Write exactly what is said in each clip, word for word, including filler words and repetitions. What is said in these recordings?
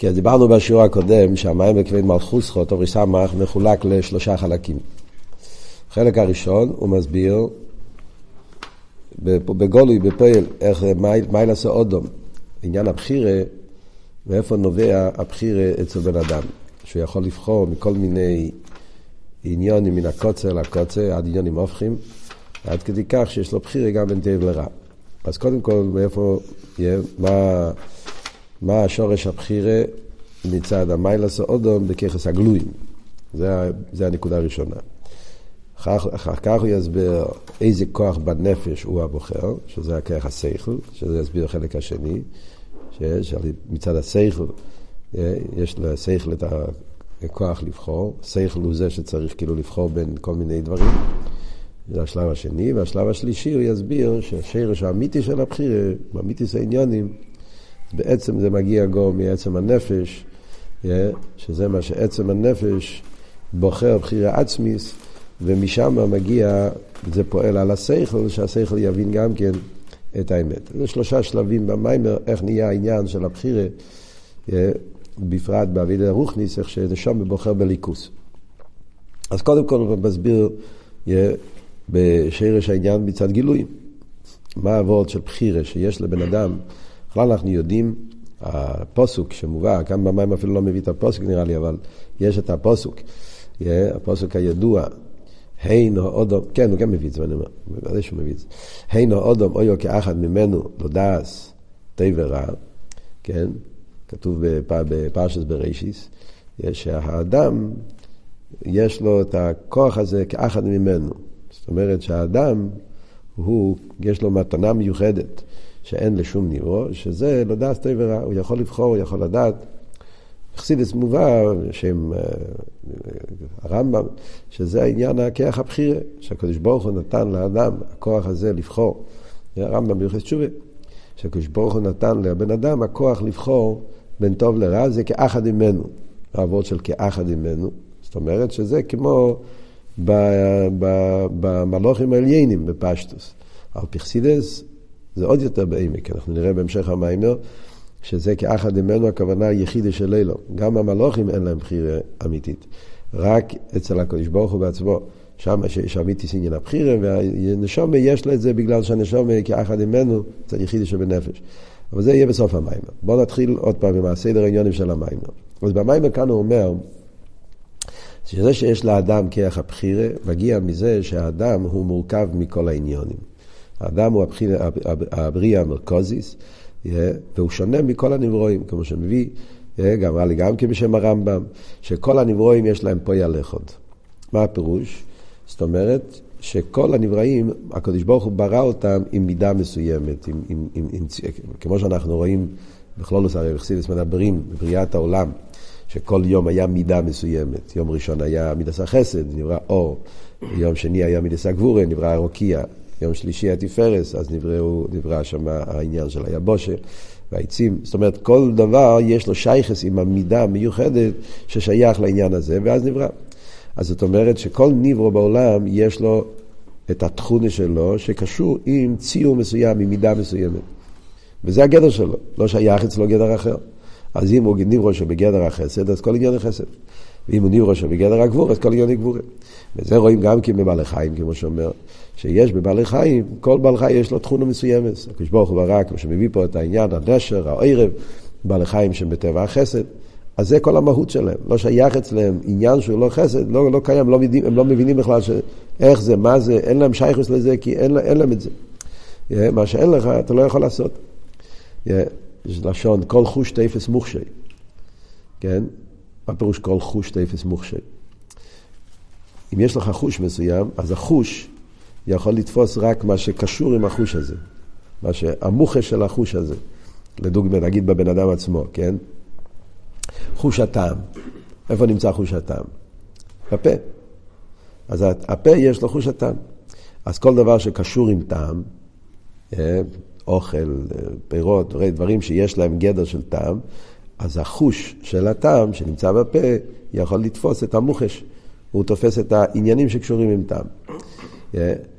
כי דיברנו בשיעור הקודם שהמים בכבד מלכות זכות או ריסמך מחולק לשלושה חלקים. החלק הראשון הוא מסביר בגולוי, בפועל, איך מה לעשות אודום, עניין הבחירה, ואיפה נובע הבחירה אצל בן אדם, שהוא יכול לבחור מכל מיני עניונים מן הקוצר לקוצר, עד עניונים הופכים, עד כדי כך שיש לו בחירה גם בין טוב לרע. אז קודם כל, מאיפה יהיה, מה, מה השורש הבחירה מצד המיילס האודום בככס הגלויים. זה, זה הנקודה הראשונה. אחר, אחר כך הוא יסביר איזה כוח בנפש הוא הבוחר, שזה הכוח השכל, שזה יסביר החלק השני, שמצד השכל, יש לשכל את הכוח לבחור. שכל הוא זה שצריך כאילו לבחור בין כל מיני דברים. זה השלב השני, והשלב השלישי הוא יסביר שהשרש האמיתי של הבחירה, האמיתי של העניונים, בעצם זה מגיע גם מעצם הנפש, שזה מה שעצם הנפש בוחר בחירה עצמיס, ומשם מגיע, זה פועל על השכל, שהשכל יבין גם כן את האמת. זה שלושה שלבים במיימר, איך נהיה העניין של הבחירה, בפרט בעבידה רוחניס, איך שנשם בוחר בליכוס. אז קודם כל הוא מסביר בשרש העניין מצד גילויים. מה העבוד של בחירה שיש לבן אדם? בכלל אנחנו יודעים, הפוסוק שמובא, כאן במים אפילו לא מביא את הפוסוק נראה לי, אבל יש את הפוסוק, הפוסוק הידוע, היינו אודום, כן, הוא גם מביא את זה, אני אומר, בוודאי שהוא מביא את זה. היינו אודום אויו כאחד ממנו, לא דעס, טוב ורע, כן, כתוב בפרשת בראשיס, שהאדם, יש לו את הכוח הזה כאחד ממנו. זאת אומרת שהאדם, הוא, יש לו מתנה מיוחדת, שאין לשום נברא, שזה לא דעת טוב ורע, הוא יכול לבחור, הוא יכול לדעת. חסידות מובא, שם הרמב"ם, שזה העניין הכוח הבחירה, שהקדוש ברוך הוא נתן לאדם, הכוח הזה לבחור. הרמב"ם ביוחס תשובה, שהקדוש ברוך הוא נתן לבן אדם, הכוח לבחור בין טוב לרע, זה כאחד ממנו, העבוד של כאחד ממנו. זאת אומרת שזה כמו במלוכים העליינים בפשטוס. על פרסידס זה עוד יותר בעמק, אנחנו נראה בהמשך המיימר, שזה כאחד ממנו הכוונה היחידה של אלו. גם המלוכים אין להם בחירה אמיתית. רק אצל הקדוש ברוך הוא בעצמו, שם יש אמיתיס עניין הבחירה, והנשמה יש לה את זה בגלל שהנשמה כאחד ממנו, זה היחידה שבנפש. אבל זה יהיה בסוף המיימר. בואו נתחיל עוד פעם עם הסדר העניונים של המיימר. אז במיימר כאן הוא אומר, שזה שיש לאדם כוח הבחירה, מגיע מזה שהאדם הוא מורכב מכל העניונים. האדם הוא הבחירה, הבריאה המרכזיס, והוא שונה מכל הנברואים, כמו שמביא, גם ראה לי גם כבשם הרמב"ם, שכל הנברואים יש להם פועל אחד. מה הפירוש? זאת אומרת, שכל הנבראים, הקדוש ברוך הוא ברא אותם עם מידה מסוימת, עם, עם, עם, עם, כמו שאנחנו רואים בכלולוס הרי בחסידות מדברים, בבריאת העולם, שכל יום היה מידה מסוימת. יום ראשון היה מידס החסד, נברא אור. יום שני היה מידס הגבורה, נברא רוקייה. יום שלישי התפארס, אז נבראו, נברא שם העניין של היבושה והעצים. זאת אומרת, כל דבר יש לו שייכס עם המידה המיוחדת ששייך לעניין הזה, ואז נברא. אז זאת אומרת שכל נברא בעולם יש לו את התכונה שלו, שקשור עם ציור מסוים, עם מידה מסוימת. וזה הגדר שלו, לא שייך אצלו גדר אחר. אז אם הוא נברא שבגדר החסד, אז כל עניין החסד. ואם הוא נברא שבגדר הגבור, אז כל עניין הגבור. וזה רואים גם כי בבעלי חיים, כמו שאומר, שיש בבעלי חיים, כל בעל חי יש לו תכונה מסוימת. הקדוש ברוך הוא ברא, כמו שמביא פה את העניין, הנשר, הערב, בעלי חיים שבטבע החסד. אז זה כל המהות שלהם. לא שייך אצלם עניין שהוא לא חסד, לא, לא קיים, לא מבינים, הם לא מבינים בכלל ש... איך זה, מה זה, אין להם שייכות לזה, כי אין, אין להם את זה. מה שאין לך, אתה לא יכול לעשות. יש לשון, כל חוש תפס מוכשי. כן? מה פירוש כל חוש תפס מוכשי? אם יש לך חוש מסוים, אז החוש יכול לתפוס רק מה שקשור עם החוש הזה. מה שהמוחש של החוש הזה. לדוגמה, נגיד בבן אדם עצמו, כן? חוש הטעם. איפה נמצא חוש הטעם? בפה. אז הפה יש לו חוש הטעם. אז כל דבר שקשור עם טעם, אוכל, פירות, דברים שיש להם גדר של טעם, אז החוש של הטעם שנמצא בפה יכול לתפוס את המוחש. הוא תופס את העניינים שקשורים עם טעם.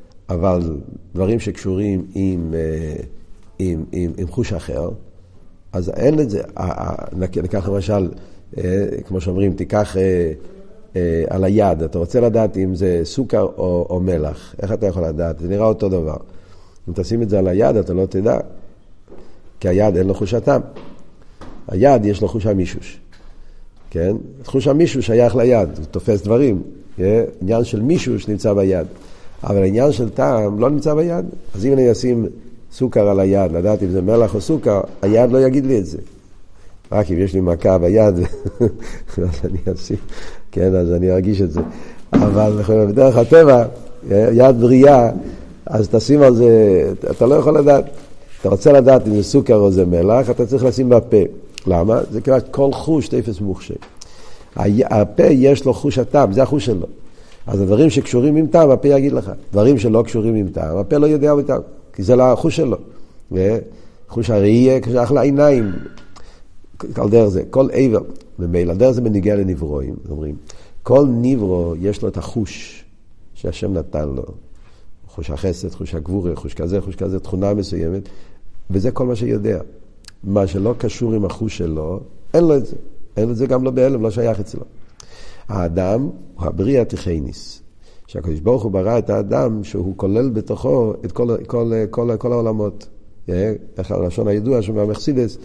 אבל דברים שקשורים עם, עם, עם, עם חוש אחר, אז אין את זה. ניקח למשל, כמו שאומרים, תיקח על היד, אתה רוצה לדעת אם זה סוכר או, או מלח, איך אתה יכול לדעת? זה נראה אותו דבר. אם תשים את זה על היד, אתה לא תדע, כי היד אין לו חוש הטעם. היד יש לו חוש המישוש. כן? חוש המישוש שייך ליד, הוא תופס דברים. עניין של מישוש נמצא ביד. אבל העניין של טעם לא נמצא ביד. אז אם אני אשים סוכר על היד, לדעת אם זה מלח או סוכר, היד לא יגיד לי את זה. רק אם יש לי מכה ביד, אז אני אשים, כן, אז אני ארגיש את זה. אבל בדרך הטבע, יד בריאה, אז תשים על זה, אתה לא יכול לדעת. אתה רוצה לדעת אם זה סוכר או זה מלח, אתה צריך לשים בפה. למה? זה כאילו כל חוש תפס מוחשי. הפה יש לו חוש הטעם, זה החוש שלו. אז הדברים שקשורים עם טעם, הפה יגיד לך. דברים שלא קשורים עם טעם, הפה לא יודע בטעם, כי זה לא החוש שלו. חוש הראייה, כשאח לעיניים. כל דרך זה, כל עבר, ומילא, דרך זה בניגיע לנברואים, אומרים, כל נברו יש לו את החוש שהשם נתן לו. חוש החסד, חוש הגבורה, חוש כזה, חוש כזה, תכונה מסוימת, וזה כל מה שיודע. מה שלא קשור עם החוש שלו, אין לו את זה. אין לו את זה גם לא בהלם, לא שייך אצלו. האדם הוא הבריא התיכניס. שהקדוש ברוך הוא ברא את האדם שהוא כולל בתוכו את כל, כל, כל, כל העולמות. איך הלשון הידוע שמהמחסידס,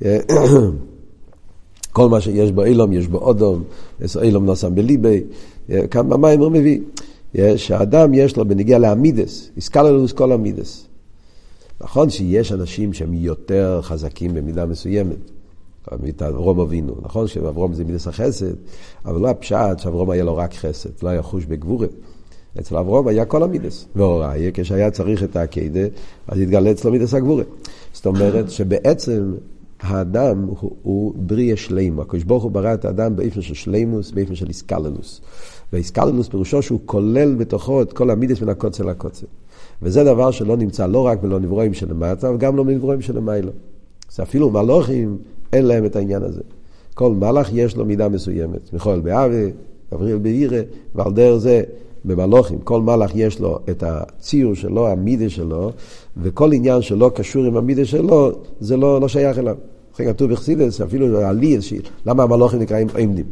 כל מה שיש בו אילום, יש בו אודום, אילום נוסם בליבי, כמה מים הוא מביא. שהאדם יש לו בנגיע לעמידס, איסקללוס כל עמידס. נכון שיש אנשים שהם יותר חזקים במידה מסוימת. אברום אבינו, נכון שאברום זה מידס החסד, אבל לא הפשט שאברום היה לו רק חסד, לא היה חוש בגבורה. אצל אברום היה כל המידס. והוראי, כשהיה צריך את העקדה, אז התגלה אצלו מידס הגבורה. זאת אומרת שבעצם האדם הוא, הוא בריא שלמה. הקדוש ברוך הוא ברא את האדם באופן של שלימוס, באופן של איסקללוס. והאיסקללוס פירושו שהוא כולל בתוכו את כל המידס מן הקוצר לקוצר. וזה דבר שלא נמצא לא רק בלא נברואים שלמטה, אבל גם לא בנברואים שלמיילו. זה אפילו מלאכים אין להם את העניין הזה. כל מלאך יש לו מידה מסוימת. מיכאל באבי, גבריאל בעירה, ועל דרך זה במלאכים, כל מלאך יש לו את הציור שלו, המידה שלו, וכל עניין שלא קשור עם המידה שלו, זה לא, לא שייך אליו. אחרי כתוב בחסידות, אפילו עלי, למה המלאכים נקראים עומדים?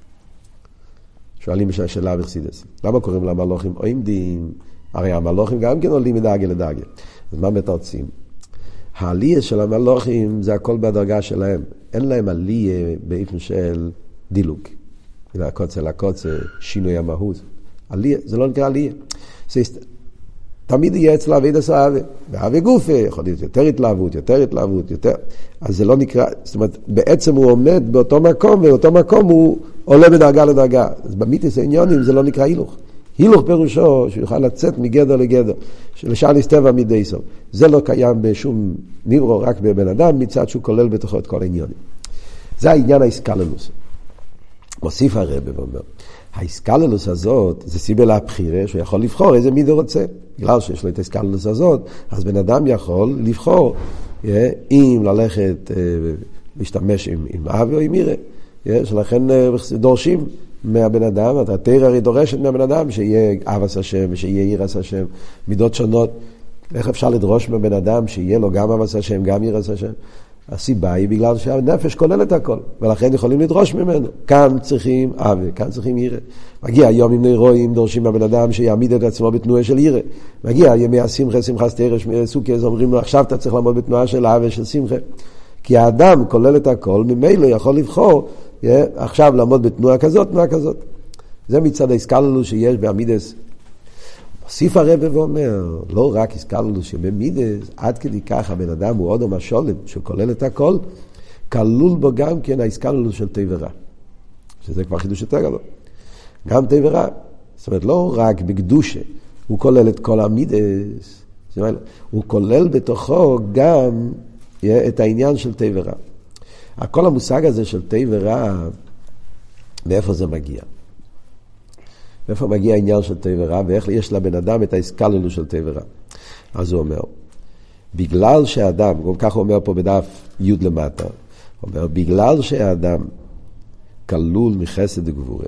שואלים שאלה בחסידות. למה קוראים למלאכים עומדים? הרי המלאכים גם כן עולים מדרגה לדרגה. אז מה מתרצים? העלייה של המלאכים זה הכל בדרגה שלהם. אין להם עלייה באופן של דילוג. הקוצר לקוצר, שינוי המהות. עלייה, זה לא נקרא עלייה. תמיד יהיה אצל אבידס האווה. והאווה גופה, יכול להיות יותר התלהבות, יותר התלהבות, יותר. אז זה לא נקרא, זאת אומרת, בעצם הוא עומד באותו מקום, ובאותו מקום הוא עולה בדרגה לדרגה. אז במיתוס העניונים זה לא נקרא הילוך. הילוך פירושו שהוא יוכל לצאת מגדר לגדר, שלשאר נסתבע מדי סוף. זה לא קיים בשום נברו, רק בבן אדם, מצד שהוא כולל בתוכו את כל העניונים. זה העניין האיסקללוס. מוסיף הרב ואומר, האיסקללוס הזאת, זה סיבה להבחירה, שהוא יכול לבחור איזה מידה רוצה. בגלל שיש לו את האיסקללוס הזאת, אז בן אדם יכול לבחור, אם ללכת, להשתמש עם, עם אבי או עם מירה. שלכן דורשים מהבן אדם, התורה הרי דורשת מהבן אדם שיהיה אהבת השם ושיהיה יראת השם, מידות שונות. איך אפשר לדרוש מהבן אדם שיהיה לו גם אהבת השם, גם יראת השם? הסיבה היא בגלל שהנפש כולל את הכל, ולכן יכולים לדרוש ממנו. כאן צריכים אהבה, כאן צריכים יראה. מגיע היום עם נרואים, דורשים מהבן אדם שיעמיד את עצמו בתנועה של יראה. מגיע ימי השמחה, שמחת תורה, סוכות, אומרים לו עכשיו אתה צריך לעמוד בתנועה של אהבה, של שמחה. כי האדם כולל את הכל, ממילא יכול לבחור עכשיו לעמוד בתנועה כזאת, תנועה כזאת. זה מצד האיסקללוס שיש בעמידס. מוסיף הרב ואומר, לא רק איסקללוס שבמידס, עד כדי כך הבן אדם הוא אודום השולם, שהוא כולל את הכל, כלול בו גם כן האיסקללוס של טוב ורע. שזה כבר חידוש יותר גדול. גם טוב ורע. זאת אומרת, לא רק בקדושה, הוא כולל את כל המידס, הוא כולל בתוכו גם את העניין של טוב ורע. כל המושג הזה של טוב ורע, מאיפה זה מגיע? מאיפה מגיע העניין של טוב ורע, ואיך יש לבן אדם את האיסקללוס של טוב ורע? אז הוא אומר, בגלל שהאדם, גם כך הוא אומר פה בדף י' למטה, הוא אומר, בגלל שהאדם כלול מחסד וגבורה,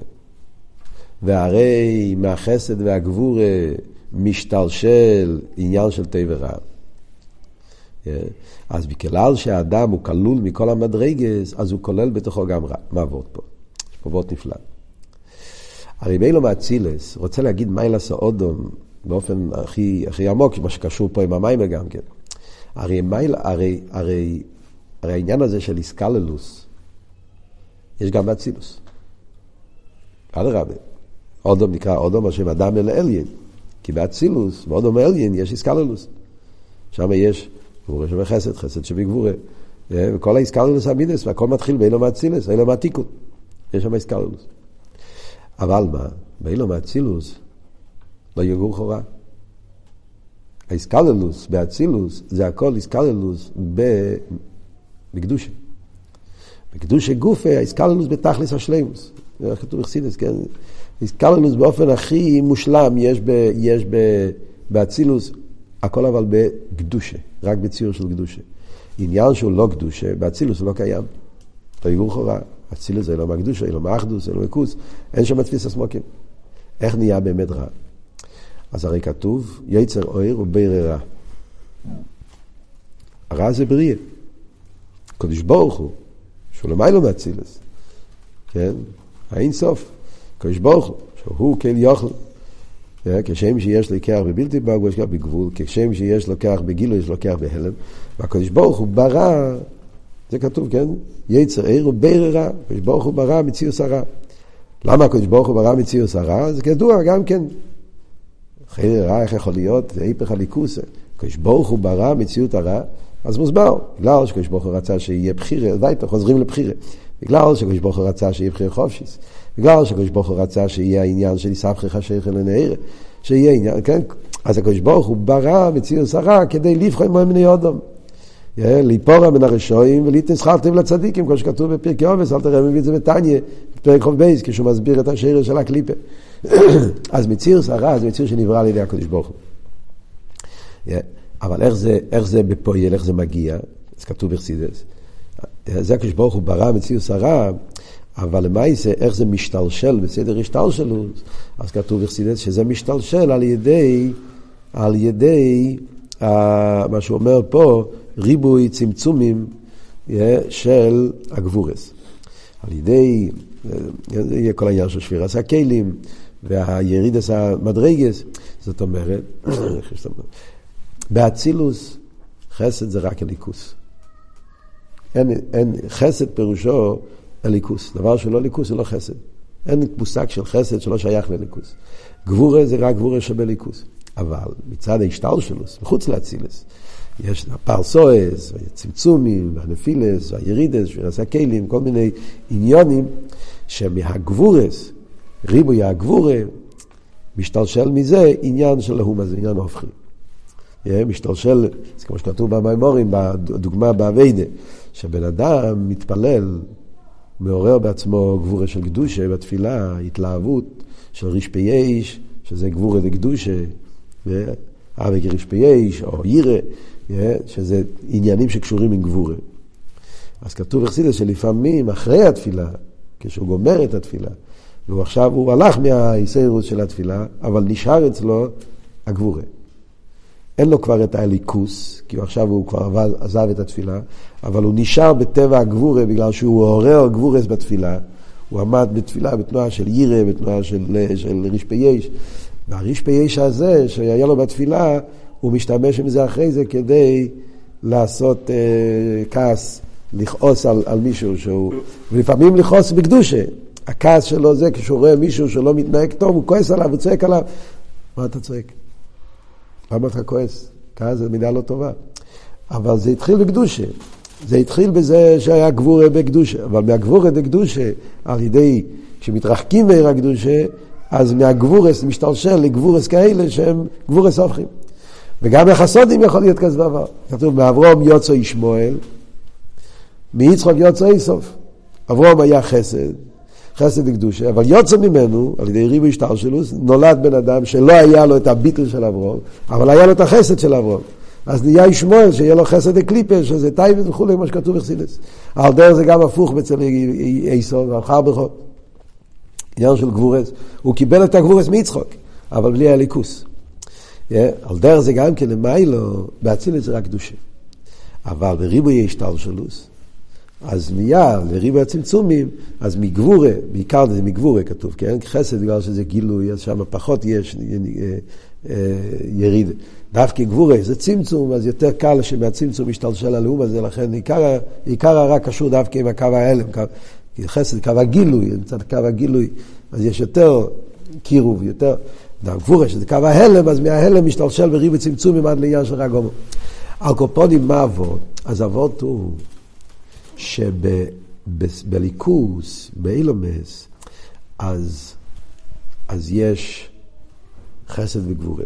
והרי מהחסד והגבורה משתלשל עניין של טוב ורע, אז בכלל שהאדם הוא כלול מכל המדרגס, אז הוא כולל בתוכו גם רע. מה עבוד פה? יש פה עבוד נפלא. הרי באילו מאצילס רוצה להגיד מיילס האודום באופן הכי, הכי עמוק, מה שקשור פה עם המים גם כן. הרי, מייל, הרי, הרי, הרי העניין הזה של איסקללוס, יש גם באצילוס. אדרבה. אודום נקרא אודום השם אדם אל אליין. כי באצילוס, באודום אליין, יש איסקללוס. שם יש גבורה שבחסד, חסד שבגבורה. וכל האיסקללוס המידס, והכל מתחיל באילו מאצילס, באילו מאתיקון. יש שם איסקללוס. אבל מה? באילו מאצילוס לא יגור חורה. האיסקללוס באצילוס זה הכל איסקללוס בקדושה. בקדושה גופה, האיסקללוס בתכלס השלימוס. זה כתוב בחסידות, כן? איסקללוס באופן הכי מושלם יש ב, יש ב, באצילוס, הכל אבל בקדושה, רק בציור של קדושה. עניין שהוא לא קדושה, באצילוס הוא לא קיים. לא יגור חורה. אצילוס זה לא מהקדושה, לא מאחדוס, לא מקוס, אין שם תפיס הסמוקים. איך נהיה באמת רע? אז הרי כתוב, יצר אויר ובירא רע. הרע זה בריאה. קדוש ברוך הוא, שהוא למיילו מאצילוס. כן? האין סוף. קדוש ברוך הוא, שהוא כל יוכל. כשם שיש לו כח בבלתי פגוע, יש כח בגבול. כשם שיש לו כח בגילו, יש לו כח בהלם. והקדוש ברוך הוא ברא, זה כתוב, כן? יצר עיר ובירא רע. הקדוש ברוך הוא ברא מציאוס הרע. למה הקדוש ברוך הוא ברא מציאוס הרע? זה כדוע גם כן. חייר רע, איך יכול להיות? זה היפך הליכוס. הקדוש ברוך הוא ברא מציאות הרע, אז מוסבר. בגלל שקדוש ברוך הוא רצה שיהיה בחירה, דייתו, חוזרים לבחירה. בגלל שקדוש ברוך הוא רצה שיהיה בחירה חופשיס. בגלל שקדוש ברוך הוא רצה שיהיה העניין של יסבכי חשך אל הנעיר. שיהיה עניין, כן? אז הקדוש ברוך הוא ברא מציאות הרע כדי לבחור עם מיני אדם. ליפורה מן הרשעים וליתן שכר טוב לצדיקים, כמו שכתוב בפרקי אובס, אל תראה מביא את זה בתניא, בפרק חוב בייס, כשהוא מסביר את השיר של הקליפה. אז מציר שרה, זה מציר שנברא על ידי הקדוש ברוך הוא. אבל איך זה, איך זה בפועל, איך זה מגיע? אז כתוב בחסידות. זה הקדוש ברוך הוא ברא מציר שרה, אבל למעשה, איך זה משתלשל בסדר השתלשלות? אז כתוב בחסידות שזה משתלשל על ידי, על ידי, מה שהוא אומר פה, ריבוי צמצומים של הגבורס. על ידי, יהיה כל העניין של שבירת הכלים, והירידס המדרגס, זאת אומרת, באצילוס, חסד זה רק הליכוס. אין, אין, חסד פירושו הליכוס. דבר שלא ליכוס זה לא חסד. אין מושג של חסד שלא שייך לליכוס. גבורה זה רק גבורה שבליכוס. אבל מצד ההשתלשלות, מחוץ לאצילוס, יש הפרסואס, והצמצומים, והנפילס, והירידס, שבירת הכלים, כל מיני עניונים, שמהגבורס, ריבוי הגבורה, משתלשל מזה עניין של ההום הזה, עניין הופכי. משתלשל, זה כמו שכתוב במיימורים, בדוגמה בעבודה, שבן אדם מתפלל, מעורר בעצמו גבורה של קדושה בתפילה, התלהבות של רשפי יש, שזה גבורה דקדושה, אבי רשפי יש, או ירא, שזה עניינים שקשורים עם גבורה. אז כתוב בחסידות שלפעמים אחרי התפילה, כשהוא גומר את התפילה, והוא עכשיו, הוא הלך מההישארות של התפילה, אבל נשאר אצלו הגבורה. אין לו כבר את הליכוס, כי עכשיו הוא כבר עזב את התפילה, אבל הוא נשאר בטבע הגבורה, בגלל שהוא עורר גבורס בתפילה, הוא עמד בתפילה, בתנועה של ירא, בתנועה של, של רשפי יש, והרשפי יש הזה, שהיה לו בתפילה, הוא משתמש עם זה אחרי זה, כדי לעשות אה, כעס, לכעוס על, על מישהו, שהוא, ולפעמים לכעוס בקדושה. הכעס שלו זה, כשהוא רואה מישהו שלא מתנהג טוב, הוא כועס עליו, הוא צועק עליו. מה אתה צועק? למה אתה כועס? כעס זה מידה לא טובה. אבל זה התחיל בקדושה. זה התחיל בזה שהיה גבורה בקדושה. אבל מהגבורה בקדושה, על ידי, כשמתרחקים מהר הקדושה, אז מהגבורס משתלשל לגבורס כאלה שהם גבורס הופכים. וגם החסודים יכול להיות כזה דבר. כתוב, מאברום יוצא ישמואל, מיצחוק יוצא איסוף. אברום היה חסד, חסד וקדושה, אבל יוצא ממנו, על ידי ריבוי השתלשלות, נולד בן אדם שלא היה לו את הביטל של אברום, אבל היה לו את החסד של אברום. אז נהיה ישמואל, שיהיה לו חסד וקליפה, שזה טייבט וכו', מה שכתוב בחסידות. על דרך זה גם הפוך אצל איסוף, ואחר בכו. עניין של גבורס, הוא קיבל את הגבורס מיצחוק, אבל בלי הליכוס. על דרך זה גם כן למיילו, באצילוס זה רק קדושה. אבל בריבוי השתלשלוס, אז מיד לריבוי הצמצומים, אז מגבורה, בעיקר זה מגבורה כתוב, כן? חסד בגלל שזה גילוי, אז שם פחות יש יריד. דווקא גבורה זה צמצום, אז יותר קל שמהצמצום משתלשל הלאום הזה, לכן עיקר, עיקר הרע קשור דווקא עם הקו ההלם, כי חסד קו הגילוי, מצד קו הגילוי, אז יש יותר קירוב, יותר, גבורה שזה קו ההלם, אז מההלם משתלשל בריבוי צמצומים עד לעניין של רגומו. על קופונים מה עבוד? אז עבוד הוא שבליכוס, באילומס, אז, אז יש חסד וגבורה.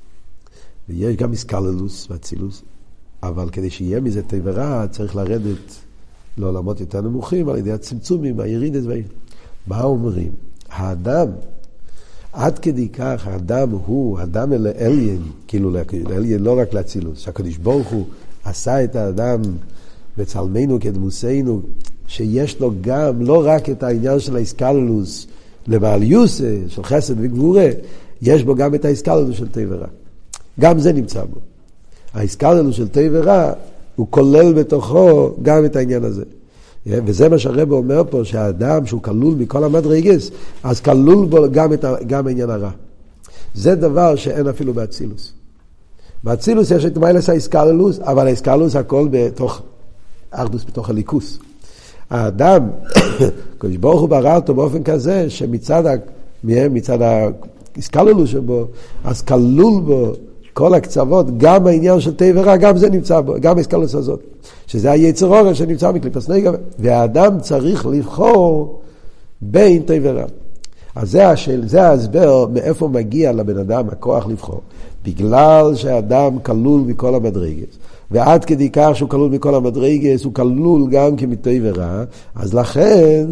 ויש גם איסקללוס ואצילוס, אבל כדי שיהיה מזה טוב ורע, צריך לרדת לעולמות יותר נמוכים, על ידי הצמצומים, הירידת והירידת. מה אומרים? האדם, עד כדי כך, האדם הוא, האדם אל אליין, כאילו לאליין לא רק לאצילוס, שהקדוש ברוך הוא עשה את האדם בצלמנו כדמוסנו, שיש לו גם לא רק את העניין של האיסקללוס למעליוס, של חסד וגבורה, יש בו גם את האיסקללוס של טוב ורע. גם זה נמצא בו. האיסקללוס של טוב ורע, הוא כולל בתוכו גם את העניין הזה. וזה מה שהרב אומר פה, שהאדם שהוא כלול מכל המדרגס, אז כלול בו גם, את, גם העניין הרע. זה דבר שאין אפילו באצילוס. באצילוס יש את מיילס האיסקללוס, אבל האיסקללוס הכל בתוך אחדוס, בתוך הליכוס. האדם, קדוש ברוך הוא ברא אותו באופן כזה, שמצד מצד האיסקללוס שבו, אז כלול בו כל הקצוות, גם העניין של טוב ורע, גם זה נמצא בו, גם האיסקללוס הזאת. שזה היצר אור שנמצא בקליפת נגע, והאדם צריך לבחור בין טוב ורע. אז זה, השאל, זה ההסבר מאיפה מגיע לבן אדם הכוח לבחור. בגלל שהאדם כלול מכל המדרגס, ועד כדי כך שהוא כלול מכל המדרגס, הוא כלול גם כמטוב ורע, אז לכן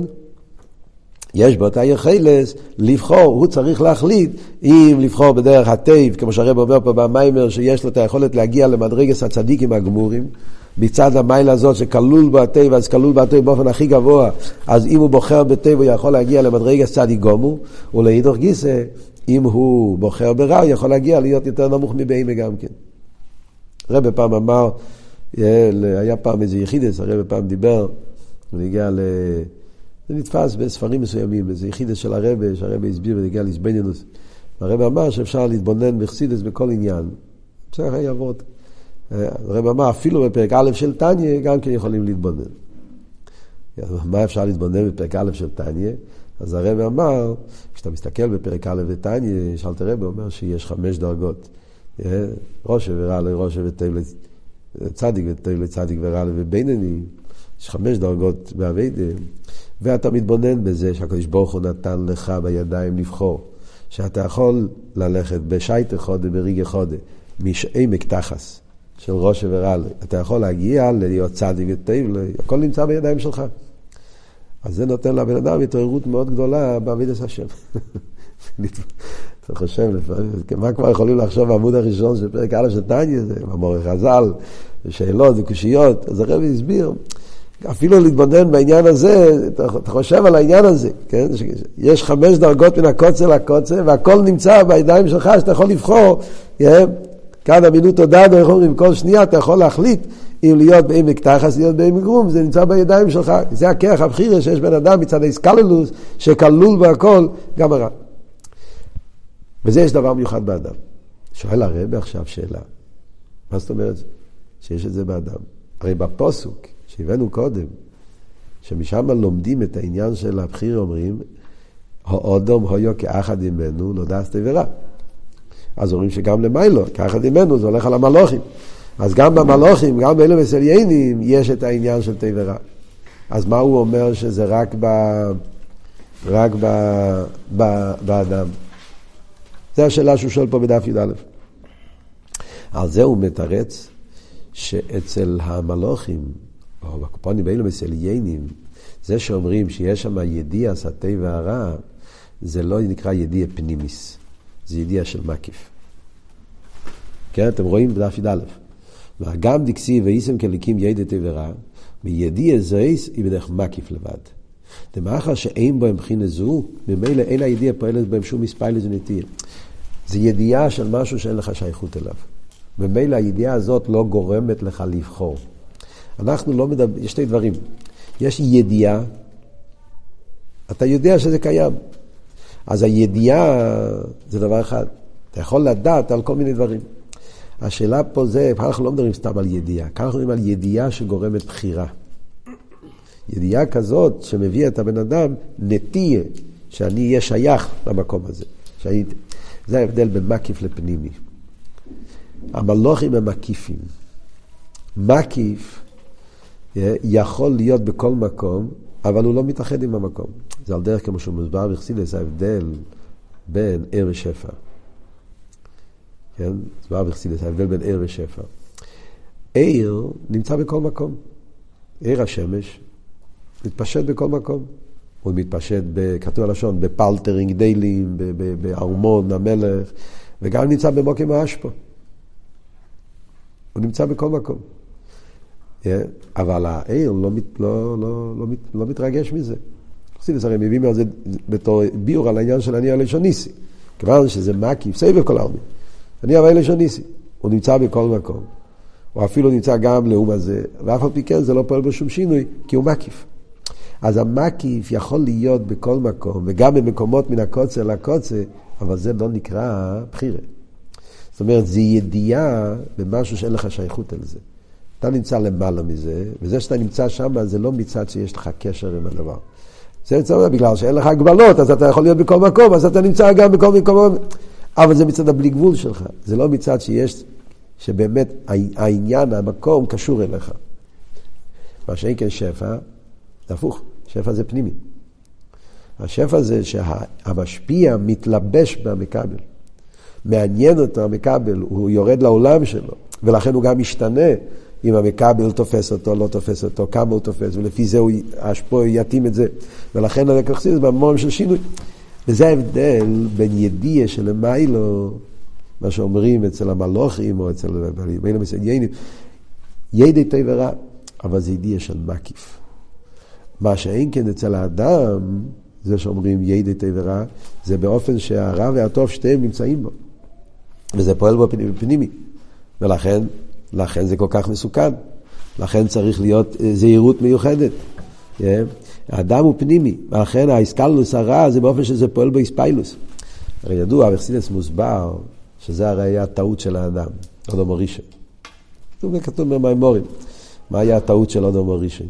יש בו את היחלס לבחור, הוא צריך להחליט אם לבחור בדרך הטוב, כמו שהרב אומר פה במיימר, שיש לו את היכולת להגיע למדרגס הצדיקים הגמורים, מצד המיילה הזאת שכלול בו הטוב, אז כלול בו הטוב באופן הכי גבוה, אז אם הוא בוחר בטוב הוא יכול להגיע למדרגס צדיק גומו, ולהידור גיסא, אם הוא בוחר ברע הוא יכול להגיע להיות יותר נמוך מבהמה גם כן. הרב פעם אמר, היה פעם איזה יחידס, הרב פעם דיבר, הוא הגיע ל... זה נתפס בספרים מסוימים, איזה יחידס של הרב, שהרב הסביר ונגיע להסבנינוס. הרב אמר שאפשר להתבונן בחסידס בכל עניין. בסדר, יעבוד. הרב אמר, אפילו בפרק א' של תניה, גם כן יכולים להתבונן. מה אפשר להתבונן בפרק א' של תניה? אז הרב אמר, כשאתה מסתכל בפרק א' ותניה, שאלת הרב, אומר שיש חמש דרגות. ראש ורע לראש וטוב לצדיק, וטוב לצדיק ורע ובינוני. יש חמש דרגות בעבודה. ואתה מתבונן בזה שהקדוש ברוך הוא נתן לך בידיים לבחור. שאתה יכול ללכת בשייט חודה, בריגה חודה, משעמק תחס של ראש ורע. אתה יכול להגיע להיות צדיק וטוב, הכל נמצא בידיים שלך. אז זה נותן לבן אדם התעוררות מאוד גדולה בעבודת השם. אתה חושב, מה כבר יכולים לחשוב בעמוד הראשון של פרק א' של תניה, זה מאמרי חז"ל, שאלות וקושיות, אז הרב הסביר, אפילו להתבונן בעניין הזה, אתה חושב על העניין הזה, כן? יש חמש דרגות מן הקוצר לקוצר, והכל נמצא בידיים שלך, שאתה יכול לבחור, כאן אמינות תודה, עם כל שנייה אתה יכול להחליט, אם להיות בעמק תחס, להיות בעמק רום, זה נמצא בידיים שלך. זה הכרך הבחירה שיש בן אדם מצד האיסקללוס, שכלול בהכל, גם הרע. וזה יש דבר מיוחד באדם. שואל הרב עכשיו שאלה, מה זאת אומרת שיש את זה באדם? הרי בפוסוק שהבאנו קודם, שמשם לומדים את העניין של הבחיר, אומרים, האדם היה כאחד עמנו, לא דעת ורע. אז אומרים שגם למיילו, כאחד עמנו, זה הולך על המלוכים. אז גם במלוכים, גם באלו מסליינים, יש את העניין של טוב ורע. אז מה הוא אומר שזה רק ב... רק ב... ב... באדם? זה השאלה שהוא שואל פה בדף י"א. על זה הוא מתרץ שאצל המלוכים, או בקופונים באלו מסליינים, זה שאומרים שיש שם ידיע הטוב והרע, זה לא נקרא ידיע פנימיס, זה ידיע של מקיף. כן, אתם רואים בדף י"א. גם דקסי ואיסם כליקים ידע טוב ורע, בידיע זייס היא בדרך מקיף לבד. דמאחר שאין בהם בחינה זו, ממילא אין הידיע פועלת בהם שום מספייל לזונתיה. זה ידיעה של משהו שאין לך שייכות אליו. ממילא הידיעה הזאת לא גורמת לך לבחור. אנחנו לא מדבר, יש שתי דברים. יש ידיעה, אתה יודע שזה קיים. אז הידיעה זה דבר אחד. אתה יכול לדעת על כל מיני דברים. השאלה פה זה, אנחנו לא מדברים סתם על ידיעה, כאן אנחנו מדברים על ידיעה שגורמת בחירה. ידיעה כזאת שמביאה את הבן אדם נטייה, שאני אהיה שייך למקום הזה. שהייתי. זה ההבדל בין מקיף לפנימי. המלוכים הם מקיפים. מקיף יכול להיות בכל מקום, אבל הוא לא מתאחד עם המקום. זה על דרך כמו שהוא מסבר בחסידות, ההבדל בין ער ושפע. כן? מסבר בחסידות, ההבדל בין ער ושפע. ער נמצא בכל מקום. ער השמש מתפשט בכל מקום. הוא מתפשט, כתוב הלשון, בפלטרינג דיילים, בארמון המלך, וגם נמצא במוקים האשפו. הוא נמצא בכל מקום. אבל העיר לא, לא, לא, לא, לא מתרגש מזה. חסידות הרי מביאים על זה בתור ביור על העניין של אני הלשון ניסי. כיוון שזה מקיף, סייב בכל העלמין. אני הלשון ניסי. הוא נמצא בכל מקום. הוא אפילו נמצא גם לאום הזה, ואף על פי כן זה לא פועל בשום שינוי, כי הוא מקיף. אז המקיף יכול להיות בכל מקום, וגם במקומות מן הקוצה לקוצה, אבל זה לא נקרא בחירה. זאת אומרת, זה ידיעה במשהו שאין לך שייכות על זה. אתה נמצא למעלה מזה, וזה שאתה נמצא שם, זה לא מצד שיש לך קשר עם הדבר. זה מצד בגלל שאין לך הגבלות, אז אתה יכול להיות בכל מקום, אז אתה נמצא גם בכל מקום, אבל זה מצד הבלי גבול שלך. זה לא מצד שיש, שבאמת העניין, המקום, קשור אליך. מה שאין כן שפע, זה הפוך. שפע זה פנימי. השפע זה שהמשפיע מתלבש במקבל. מעניין אותו המקבל, הוא יורד לעולם שלו, ולכן הוא גם משתנה אם המקבל תופס אותו, לא תופס אותו, כמה הוא תופס, ולפי זה הוא השפוע יתאים את זה. ולכן אנחנו חושבים במורים של שינוי. וזה ההבדל בין ידיעה של המיילו, מה שאומרים אצל המלוכים, או אצל ידעים, ידי טוב ורע, אבל זה ידיעה של מקיף. מה שאין כן אצל האדם, זה שאומרים ידי טוב ורע, זה באופן שהרע והטוב שתיהם נמצאים בו. וזה פועל בו פנימי. ולכן, לכן זה כל כך מסוכן. לכן צריך להיות זהירות מיוחדת. האדם הוא פנימי. ולכן האיסקלוס הרע זה באופן שזה פועל בו איספיילוס. הרי ידוע, בחסידות מוסבר, שזה הרי היה הטעות של האדם, אדם הראשון. זה כתוב במימורים. מה היה הטעות של אדם הראשון?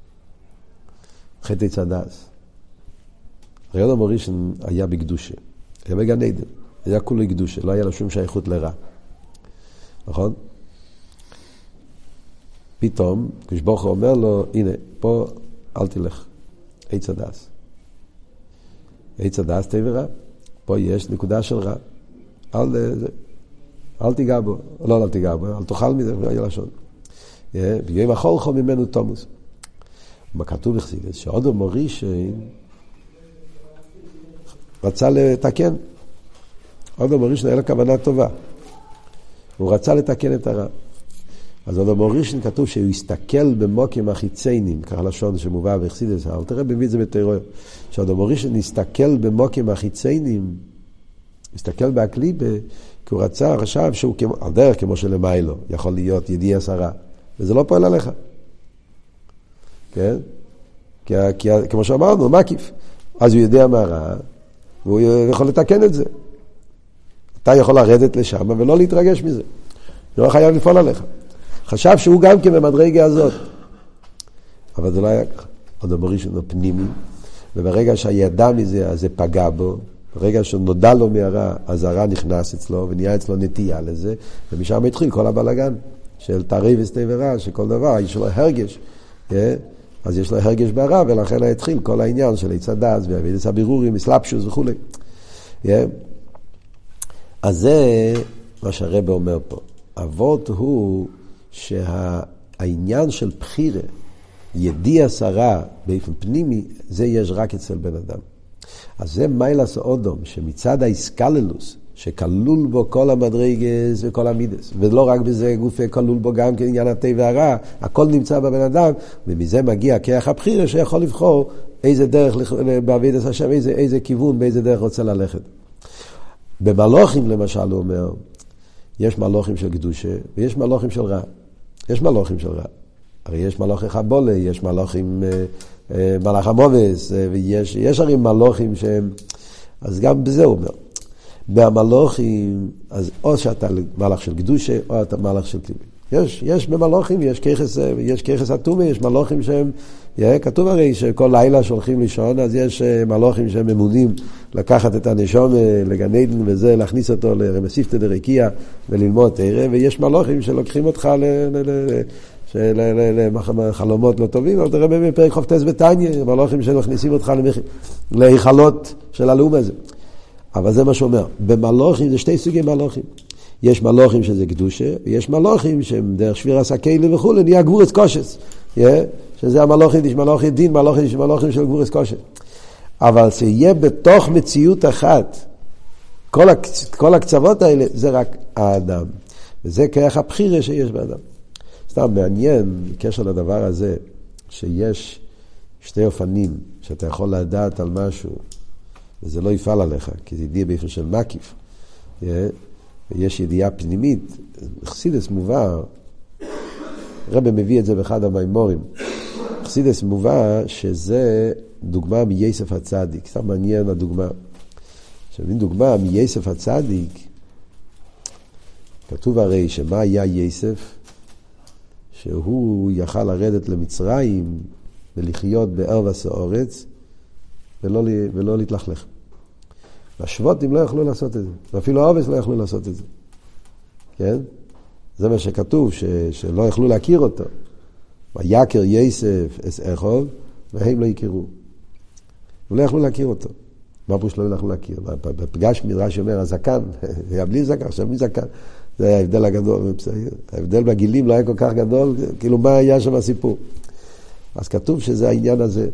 חטא עץ הדעת. הרי אדם הראשון היה בקדושה. היה בגן עדן. היה כולו קדושה. לא היה לו שום שייכות לרע. נכון? פתאום, כשברוך הוא אומר לו, הנה, פה אל תלך. עץ הדעת. עץ הדעת טוב ורע. פה יש נקודה של רע. אל, אל תיגע בו. לא, אל תיגע בו. אל תאכל מזה, היה לשון. ויום אכול חו ממנו תומוס. מה כתוב בחסידות? שאדם הראשון רצה לתקן. אדם הראשון היה לו כוונה טובה. הוא רצה לתקן את הרע. אז אדם הראשון כתוב שהוא הסתכל במוקים החיציינים, ככה לשון שמובא בחסידות, אל תראה מביא את זה בתורה. שאדם הראשון הסתכל במוקים החיציינים, הסתכל בהקליפה, כי הוא רצה, חשב שהוא כמו, על דרך כמו שלמיילו, יכול להיות ידיעה שרה. וזה לא פועל עליך. כן? כי, כי, כמו שאמרנו, מקיף. אז הוא יודע מה רע, והוא יכול לתקן את זה. אתה יכול לרדת לשם ולא להתרגש מזה. לא חייב לפעול עליך. חשב שהוא גם כן במדרגה הזאת. אבל זה לא היה ככה. אדם הראשון הוא פנימי, וברגע שהידע מזה, אז זה פגע בו. ברגע שנודע לו מהרע, אז הרע נכנס אצלו, ונהיה אצלו נטייה לזה, ומשם התחיל כל הבלגן של תרי וסתי ורע, שכל דבר, יש לו הרגש. אז יש לו הרגש ברע, ולכן התחיל כל העניין של עץ הדעת, ועבודת הבירורים, אסלאפשוס וכו'. אז זה מה שהרב אומר פה. אבות הוא שהעניין של בחירה, ידיעה שרה באופן פנימי, זה יש רק אצל בן אדם. אז זה מיילס אודום, שמצד האיסקללוס, שכלול בו כל המדרגס וכל המידס, ולא רק בזה גופה כלול בו גם כעניין הטבע והרע, הכל נמצא בבן אדם, ומזה מגיע כיח הבחירה שיכול לבחור איזה דרך בעבודת השם, איזה, איזה כיוון, באיזה דרך רוצה ללכת. במלוכים למשל הוא אומר, יש מלוכים של קדושה ויש מלוכים של רע. יש מלוכים של רע. הרי יש מלאכי חבולה, יש מלאכים, מלאך המובס, ויש יש הרי מלאכים שהם, אז גם בזה הוא אומר. במלאכים, אז או שאתה מלאך של קדושה, או אתה מלאך של טיבי. יש, יש במלאכים, יש כיחס, יש כיחס אטומי, יש מלאכים שהם, כתוב הרי שכל לילה שהולכים לישון, אז יש מלאכים שהם ממונים לקחת את הנשום לגן עדן וזה, להכניס אותו לרמסיפתא דרקיע וללמוד תורה, ויש מלאכים שלוקחים אותך לחלומות לא טובים, אבל תראה בפרק חופטס בתניא, מלאכים שמכניסים אותך להיכלות של הלאום הזה. אבל זה מה שאומר, במלאכים זה שתי סוגי מלאכים. יש מלאכים שזה קדושה, ויש מלאכים שהם דרך שביר הסקיילה וכו', נהיה גבורס קושס. שזה המלאכים, יש מלאכים דין, מלאכים, יש מלאכים של גבורס קושס. אבל שיהיה בתוך מציאות אחת, כל, הקצ... כל הקצוות האלה, זה רק האדם. וזה כרך הבחירה שיש באדם. סתם מעניין, בקשר לדבר הזה, שיש שתי אופנים, שאתה יכול לדעת על משהו, וזה לא יפעל עליך, כי זה ידיע באופן של מקיף. ויש ידיעה פנימית, חסידס מובא, רבי מביא את זה באחד המיימורים, חסידס מובא שזה דוגמה מייסף הצדיק, סתם מעניין הדוגמה. שמבין דוגמה מייסף הצדיק, כתוב הרי שמה היה יסף? שהוא יכל לרדת למצרים ולחיות בערבס האורץ ולא, ולא להתלכלך. השבותים לא יכלו לעשות את זה, ואפילו האורץ לא יכלו לעשות את זה. כן? זה מה שכתוב, ש, שלא יכלו להכיר אותו. ויקר יסף אס אחוב, והם לא יכירו. ולא יכלו להכיר אותו. מה פרוש לא יכלו להכיר? בפגש מדרש אומר, הזקן, היה בלי זקן, עכשיו מי זקן? זה היה ההבדל הגדול. ההבדל בגילים לא היה כל כך גדול, כאילו מה היה שם הסיפור? אז כתוב שזה העניין הזה.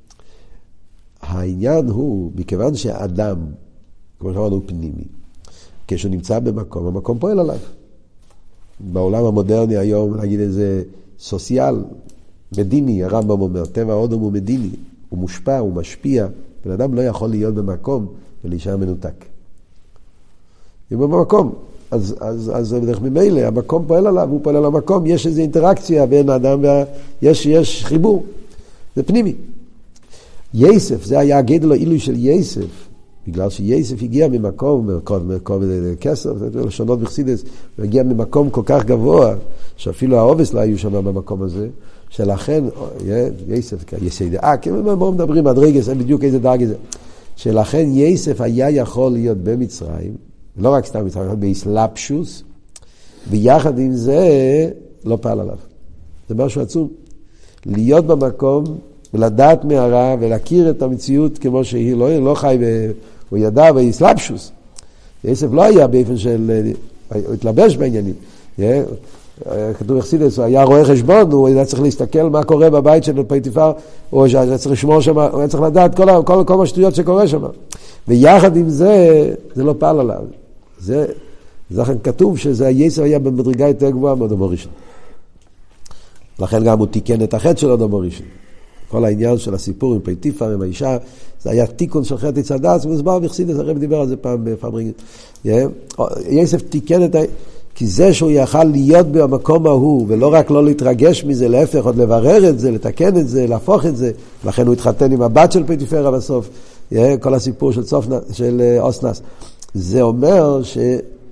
העניין הוא, מכיוון שהאדם, כמו שאמרנו, הוא פנימי, כשהוא נמצא במקום, המקום פועל עליו. בעולם המודרני היום, נגיד איזה סוציאל, מדיני, הרמב"ם אומר, טבע האדם הוא מדיני, הוא מושפע, הוא משפיע, בן אדם לא יכול להיות במקום ולהישאר מנותק. אם הוא במקום, אז, אז, אז בדרך ממילא, המקום פועל עליו, הוא פועל על המקום, יש איזו אינטראקציה בין האדם, ויש יש חיבור, זה פנימי. יסף, זה היה הגדל העילוי של יסף, בגלל שיסף הגיע ממקום, מרכוב כסף, לשונות בחסידס, הוא הגיע ממקום כל כך גבוה, שאפילו האובס לא היו שם במקום הזה, שלכן, יסף, יסיידאה, כאילו מה מדברים, מדרגס, אין בדיוק איזה דרג זה, שלכן יסף היה יכול להיות במצרים, לא רק סתם מצרים, באסלאפשוס, ויחד עם זה לא פעל עליו. זה משהו עצום. להיות במקום, ולדעת מהרע, ולהכיר את המציאות כמו שהיא, לא, לא חי, הוא ידע באסלאפשוס. יסף לא היה באופן של, הוא התלבש בעניינים. כתוב בחסידס, הוא היה רואה חשבון, הוא היה צריך להסתכל מה קורה בבית של פוטיפר, הוא היה צריך לשמור שם, הוא היה צריך לדעת כל, כל, כל השטויות שקורה שם. ויחד עם זה, זה לא פעל עליו. זה, זה כתוב שזה היסף היה במדרגה יותר גבוהה מאדם הראשון. לכן גם הוא תיקן את החטא של אדם הראשון. כל העניין של הסיפור עם פוטיפר, עם האישה, זה היה תיקון של חטא עץ הדעת, ומוסבר בחסידס, הרב דיבר על זה פעם בפעם רגיל. יסף תיקן את ה... כי זה שהוא יכל להיות במקום ההוא, ולא רק לא להתרגש מזה, להפך, עוד לברר את זה, לתקן את זה, להפוך את זה, לכן הוא התחתן עם הבת של פוטיפרה בסוף, כל הסיפור של, סופנה, של אוסנס. זה אומר ש...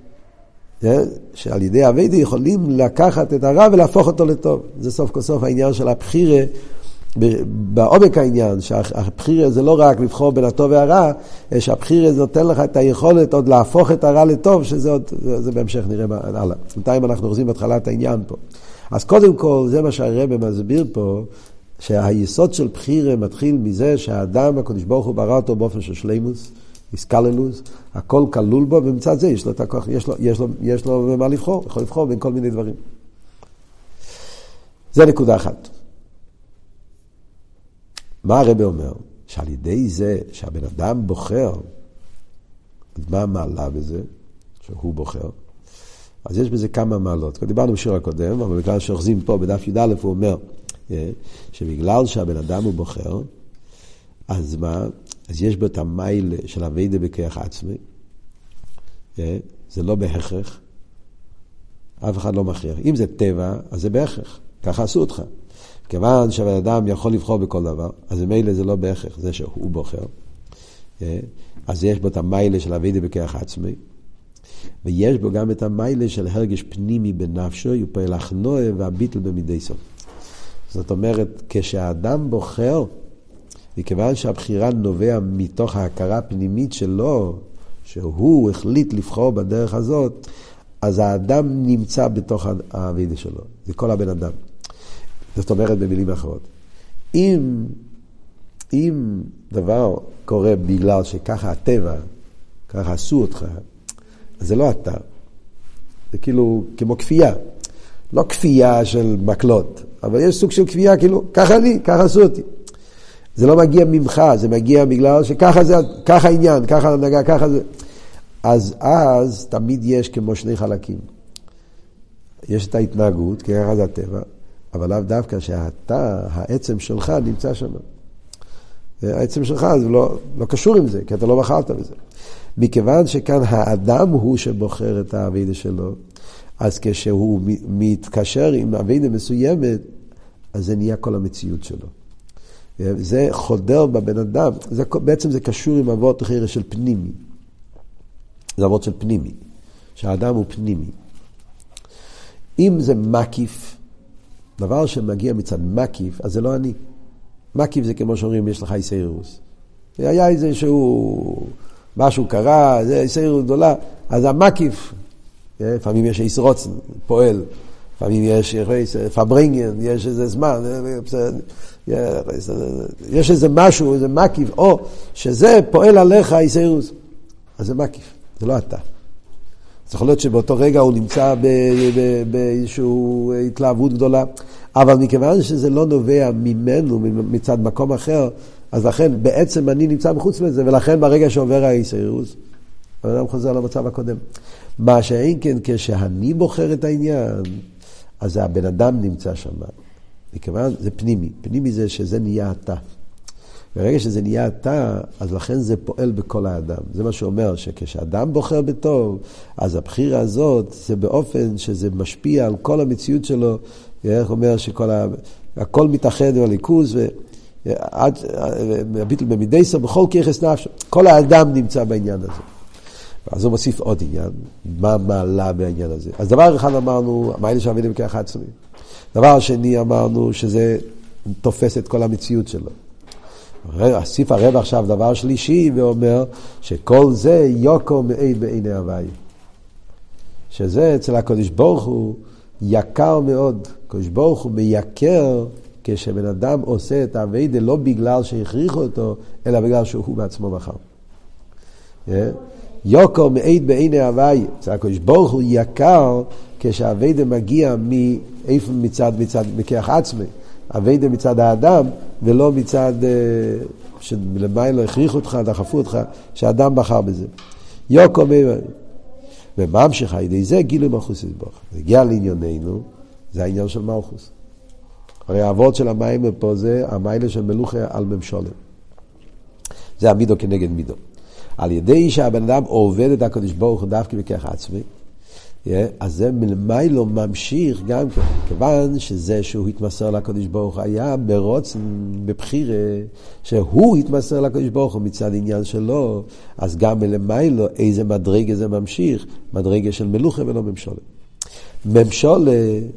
שעל ידי עבודה יכולים לקחת את הרע ולהפוך אותו לטוב. זה סוף כל סוף העניין של הבחירה, בעומק העניין, שהבחירה זה לא רק לבחור בין הטוב והרע, שהבחירה זה נותן לך את היכולת עוד להפוך את הרע לטוב, שזה עוד, זה, זה בהמשך נראה הלאה. בינתיים אנחנו חוזרים בהתחלת העניין פה. אז קודם כל, זה מה שהרבא מסביר פה, שהיסוד של בחירה מתחיל מזה שהאדם, הקדוש ברוך הוא ברא אותו באופן של שלימוס, איסקללוס, הכל כלול בו, ומצד זה יש לו את הכוח, יש לו, יש לו, יש לו מה לבחור, יכול לבחור בין כל מיני דברים. זה נקודה אחת. מה הרב אומר? שעל ידי זה שהבן אדם בוחר, מה המעלה בזה? שהוא בוחר. אז יש בזה כמה מעלות. כבר דיברנו בשיר הקודם, אבל בגלל שאוחזים פה בדף י"א הוא אומר, שבגלל שהבן אדם הוא בוחר, אז מה? אז יש בו את המיילה של עבודה בכוח עצמי. זה לא בהכרח. אף אחד לא מכריח. אם זה טבע, אז זה בהכרח. ככה עשו אותך. כיוון שהבן אדם יכול לבחור בכל דבר, אז ממילא זה לא בהכרח, זה שהוא בוחר. אז יש בו את המיילה של אבידה בכוח עצמי, ויש בו גם את המיילה של הרגש פנימי בנפשו, יופעל הכנועה והביטל במידי סוף. זאת אומרת, כשהאדם בוחר, וכיוון שהבחירה נובע מתוך ההכרה הפנימית שלו, שהוא החליט לבחור בדרך הזאת, אז האדם נמצא בתוך האבידה שלו. זה כל הבן אדם. זאת אומרת במילים אחרות. אם, אם דבר קורה בגלל שככה הטבע, ככה עשו אותך, אז זה לא אתה. זה כאילו כמו כפייה. לא כפייה של מקלות, אבל יש סוג של כפייה, כאילו, ככה אני, ככה עשו אותי. זה לא מגיע ממך, זה מגיע בגלל שככה זה, ככה העניין, ככה הנהגה, ככה זה. אז אז תמיד יש כמו שני חלקים. יש את ההתנהגות, כי ככה זה הטבע, אבל לאו דווקא שאתה, העצם שלך נמצא שם. העצם שלך זה לא, לא קשור עם זה, כי אתה לא בחרת בזה. מכיוון שכאן האדם הוא שבוחר את העבידה שלו, אז כשהוא מתקשר עם עבידה מסוימת, אז זה נהיה כל המציאות שלו. זה חודר בבן אדם, זה, בעצם זה קשור עם אבות אחר של פנימי. זה אבות של פנימי, שהאדם הוא פנימי. אם זה מקיף, דבר שמגיע מצד מקיף, אז זה לא אני. מקיף זה כמו שאומרים, יש לך איסיירוס. היה איזה שהוא, משהו קרה, זה איסיירוס גדולה, אז המקיף, לפעמים יש איסרוץ, פועל, לפעמים יש פברינגן, יש איזה זמן, יש איזה משהו, איזה מקיף, או שזה פועל עליך איסיירוס. אז זה מקיף, זה לא אתה. זה יכול להיות שבאותו רגע הוא נמצא באיזושהי התלהבות גדולה, אבל מכיוון שזה לא נובע ממנו, מצד מקום אחר, אז לכן בעצם אני נמצא מחוץ לזה, ולכן ברגע שעובר האיסיירוס, האדם חוזר למצב הקודם. מה שאין כן, כשאני בוחר את העניין, אז הבן אדם נמצא שם. מכיוון זה פנימי. פנימי זה שזה נהיה אתה. ברגע שזה נהיה אתה, אז לכן זה פועל בכל האדם. זה מה שאומר, שכשאדם בוחר בטוב, אז הבחירה הזאת, זה באופן שזה משפיע על כל המציאות שלו, איך אומר שכל ה... הכל מתאחד עם הליכוז, והביטל במידי סוף, בכל כיחס נפש, כל האדם נמצא בעניין הזה. אז הוא מוסיף עוד עניין, מה מעלה בעניין הזה. אז דבר אחד אמרנו, מה אלה שעבידים בכך עצמי. דבר שני אמרנו, שזה תופס את כל המציאות שלו. הוסיף הרב עכשיו דבר שלישי, ואומר שכל זה יוקו מעיד בעיני הוואי. שזה אצל הקדוש ברוך הוא יקר מאוד. הקדוש ברוך הוא מייקר כשבן אדם עושה את העבודה לא בגלל שהכריחו אותו, אלא בגלל שהוא בעצמו בחר. יוקו מעיד בעיני הוואי. אצל הקדוש ברוך הוא יקר כשהעבודה מגיע מאיפה מצד מצד מכך עצמי. עבודה מצד האדם, ולא מצד שלמעלה לא הכריחו אותך, דחפו אותך, שהאדם בחר בזה. יוקו מעיד. וממשיך הידי זה גילוי מלכות יתברך. הגיע לענייננו, זה העניין של מלכות. הרי העבוד של המים פה זה המיילה של מלוכה על ממשלה. זה המידו כנגד מידו. על ידי שהבן אדם עובד את הקדוש ברוך הוא דווקא בכך עצמי, אז זה מלמיילו ממשיך גם כן, כיוון שזה שהוא התמסר לקדוש ברוך הוא היה ברוצן, בבחירה, שהוא התמסר לקדוש ברוך הוא מצד עניין שלו, אז גם מלמיילו איזה מדרגה זה ממשיך, מדרגה של מלוכה ולא ממשלה. ממשלה,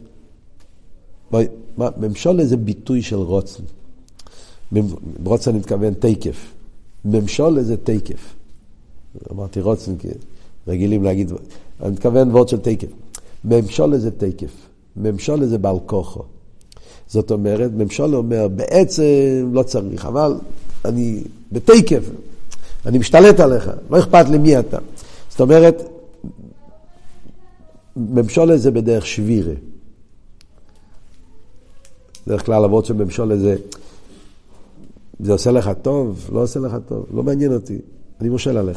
ממשלה זה ביטוי של רוצן. רוצן נתכוון תקף. ממשלה זה תקף. אמרתי רוצן כי רגילים להגיד, אני מתכוון וורד של תקף. ממשלה זה תקף. ממשלה זה בעל כוחו. זאת אומרת, ממשלה אומר, בעצם לא צריך, אבל אני בתקף, אני משתלט עליך, לא אכפת לי מי אתה. זאת אומרת, ממשלה זה בדרך שבירה. דרך כלל הוורד של ממשלה זה, זה עושה לך טוב, לא עושה לך טוב, לא מעניין אותי, אני מושל עליך.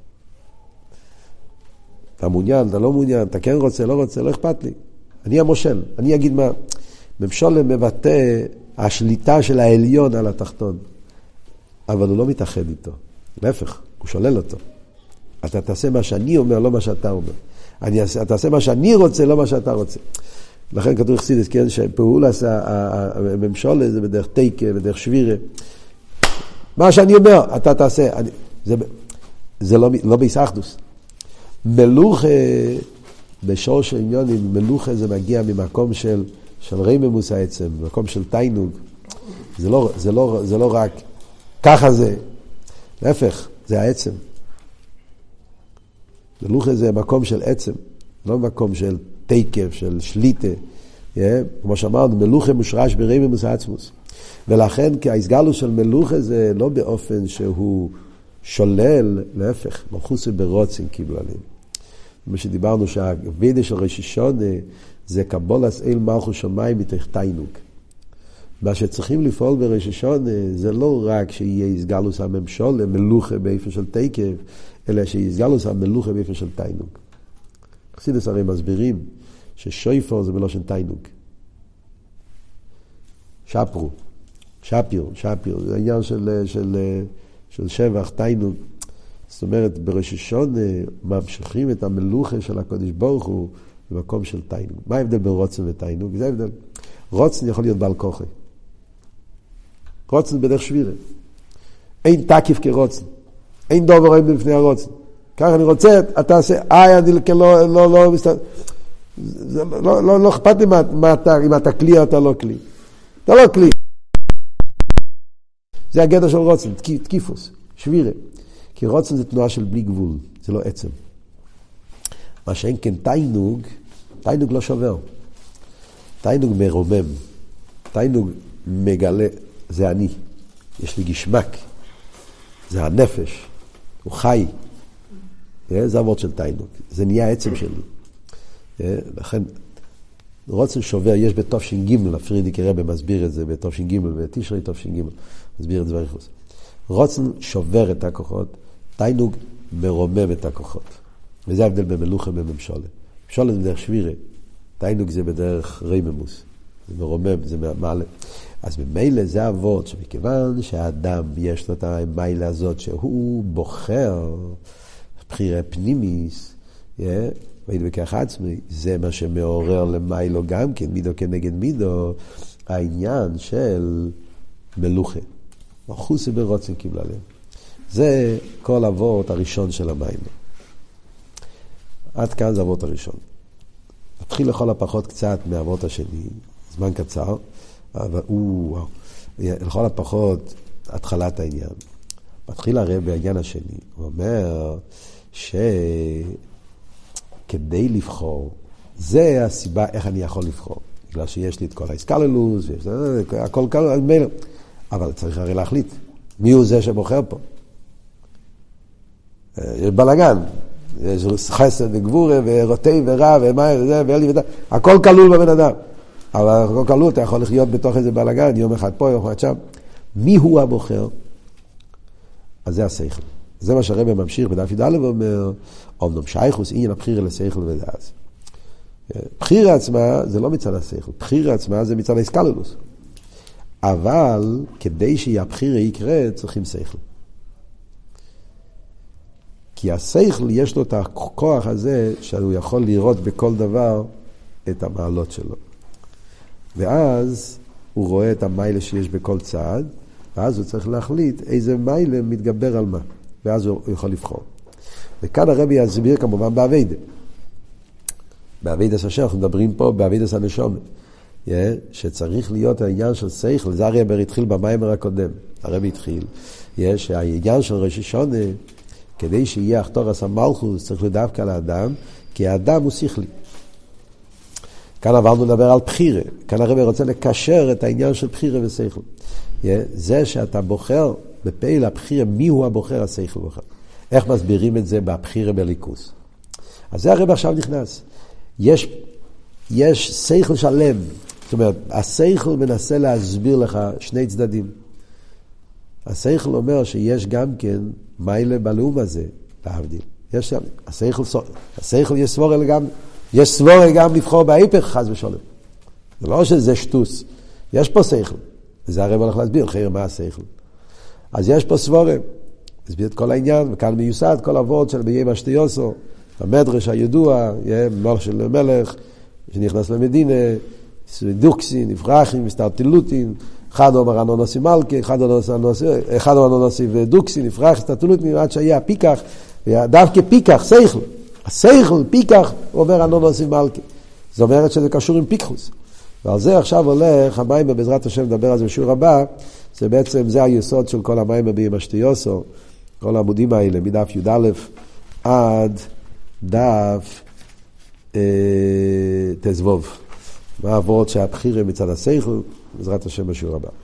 אתה מעוניין, אתה לא מעוניין, אתה כן רוצה, לא רוצה, לא אכפת לי. אני המושל, אני אגיד מה. ממשלה מבטא השליטה של העליון על התחתון. אבל הוא לא מתאחד איתו. להפך, הוא שולל אותו. אתה תעשה מה שאני אומר, לא מה שאתה אומר. אני, אתה תעשה מה שאני רוצה, לא מה שאתה רוצה. לכן כתוב חסידס, כן, שפעולת הממשלה זה בדרך תיקה, בדרך שבירה. מה שאני אומר, אתה תעשה. אני, זה, זה לא, לא ביסחדוס. מלוכה, בשור של עניונים, מלוכה זה מגיע ממקום של, של רממוס העצם, ממקום של תיינוג. זה לא, זה לא, זה לא רק ככה זה. להפך, זה העצם. מלוכה זה מקום של עצם, לא מקום של תקף, של שליטה. Yeah, כמו שאמרנו, מלוכה מושרש ברממוס העצמוס. ולכן כהסגלוס של מלוכה זה לא באופן שהוא שולל, להפך, מלכוס ברוצן קיבלו עליהם. כמו שדיברנו שהווידה של ראש השונה זה קבולת אל מלכות שמיים מתוך תיינוג. מה שצריכים לפעול בראש השונה זה לא רק שיהיה הסגלוס הממשלה, מלוכה באופן של תקף, אלא שיסגלוס המלוכה באופן של תיינוג. חסידס הרי מסבירים ששויפר זה מלושן תיינוג. שפרו, שפיר, שפיר, זה העניין של, של, של שבח, תיינוג. זאת אומרת, בראש השונה ממשיכים את המלוכה של הקודש ברוך הוא במקום של תיינוג. מה ההבדל בין רוצן ותיינוג? זה ההבדל. רוצן יכול להיות בעל כוחי. רוצן בדרך שבירה. אין תקיף כרוצן. אין דובר רואים בפני הרוצן. ככה אני רוצה, אתה עושה, איי, אני לא, לא, לא, מסתכל. לא, לא, לא אכפת לי מה, מה אתה, אם אתה כלי או אתה לא כלי. אתה לא כלי. זה הגדר של רוצן, תקיפוס, שבירה. כי רוצן זה תנועה של בלי גבול, זה לא עצם. מה שאין כן תיינוג, תיינוג לא שובר. תיינוג מרומם. תיינוג מגלה, זה אני. יש לי גשמק. זה הנפש. הוא חי. זה עבוד של תיינוג. זה נהיה העצם שלי. לכן, רוצן שובר, יש בתוף ש"ג, הפרידיק רבי מסביר את זה, בתוף ש"ג, בתשרי תוף ש"ג, מסביר את זה בריחוס. רוצן שובר את הכוחות, תיינוג מרומם את הכוחות. וזה ההבדל במלוכה ובממשלה. ממשלה זה בדרך שבירה, תיינוג זה בדרך רממוס, זה מרומם, זה מעלה. אז במילא זה העבוד, שמכיוון שהאדם יש לו את המיילה הזאת, שהוא בוחר בחירה פנימיס, ואילו בכך עצמי, זה מה שמעורר למיילו גם כן, מידו כנגד מידו, העניין של מלוכה. מלכוס ברוצן קיבלה להם. זה כל אבות הראשון של המים. עד כאן זה אבות הראשון. נתחיל לכל הפחות קצת מהאבות השני, זמן קצר, אבל הוא, לכל הפחות התחלת העניין. מתחיל הרי בעניין השני, הוא אומר שכדי לבחור, זה הסיבה איך אני יכול לבחור. בגלל שיש לי את כל ההסקללוס, הכל כלל, אבל צריך הרי להחליט. מי הוא זה שבוחר פה? יש בלגן. יש חסד וגבורה ורותי ורע ומה וזה ואלי וזה. הכל כלול בבן אדם. אבל הכל כלול, אתה יכול לחיות בתוך איזה בלגן, יום אחד פה, יום אחד שם. מי הוא הבוחר? אז זה השכל. זה מה שהרבא ממשיך בדף י"א ואומר, אומנם שייכוס עניין הבחירה לשכל ודעת. בחירה עצמה זה לא מצד השכל. בחירה עצמה זה מצד ההסקללוס. אבל כדי שהבחירה יקרה צריכים שכל. כי השכל יש לו את הכוח הזה שהוא יכול לראות בכל דבר את המעלות שלו. ואז הוא רואה את המיילה שיש בכל צעד, ואז הוא צריך להחליט איזה מיילה מתגבר על מה. ואז הוא יכול לבחור. וכאן הרבי יסביר כמובן בעבודה. בעבודה השם, אנחנו מדברים פה בעבודה הנשמה. Yeah, שצריך להיות העניין של שכל, זה הרי הבר התחיל במיימר הקודם, הרבי התחיל, yeah, שהעניין של ראש השונה, כדי שיהיה אחתורס המלכוס, צריך לדווקא לאדם, כי האדם הוא שכלי. כאן עברנו לדבר על בחירה, כאן הרבי רוצה לקשר את העניין של בחירה ושכל. Yeah, זה שאתה בוחר, בפעיל הבחירה, מי הוא הבוחר? השכל בוחר. איך מסבירים את זה בבחירה בליכוס? אז זה הרבי עכשיו נכנס. יש, יש שכל שלם, זאת אומרת, השכל מנסה להסביר לך שני צדדים. השכל אומר שיש גם כן מיילה בלאום הזה, להבדיל. יש שם, השכל, השכל יש סבורה לגמרי, יש סבורה גם לבחור בהיפך חס ושלום. זה לא שזה שטוס, יש פה שכל. וזה הרב הולך להסביר, חיר מה השכל. אז יש פה סבורה, הסביר את כל העניין, וכאן מיוסד כל עבוד של ביום השתיוסו, המדרש הידוע, מלך של מלך, שנכנס למדינה, דוקסין, נפרחים, מסתרטילותין, אחד אומר אנונוסי מלכה, אחד אומר אנונוסי ודוקסין, נפרח, מסתרטילותין, עד שהיה פיקח, דווקא פיקח, סייכל, הסייכל, פיקח, אומר אנונוסי מלכה. זאת אומרת שזה קשור עם פיקחוס. ועל זה עכשיו הולך, המים בעזרת השם נדבר על זה בשיעור הבא, זה בעצם, זה היסוד של כל המים בימשתיוסו, כל העמודים האלה, מדף י"א עד דף אה, תזבוב. מה עבוד שהבחירה מצד הסייכל, בעזרת השם בשיעור הבא.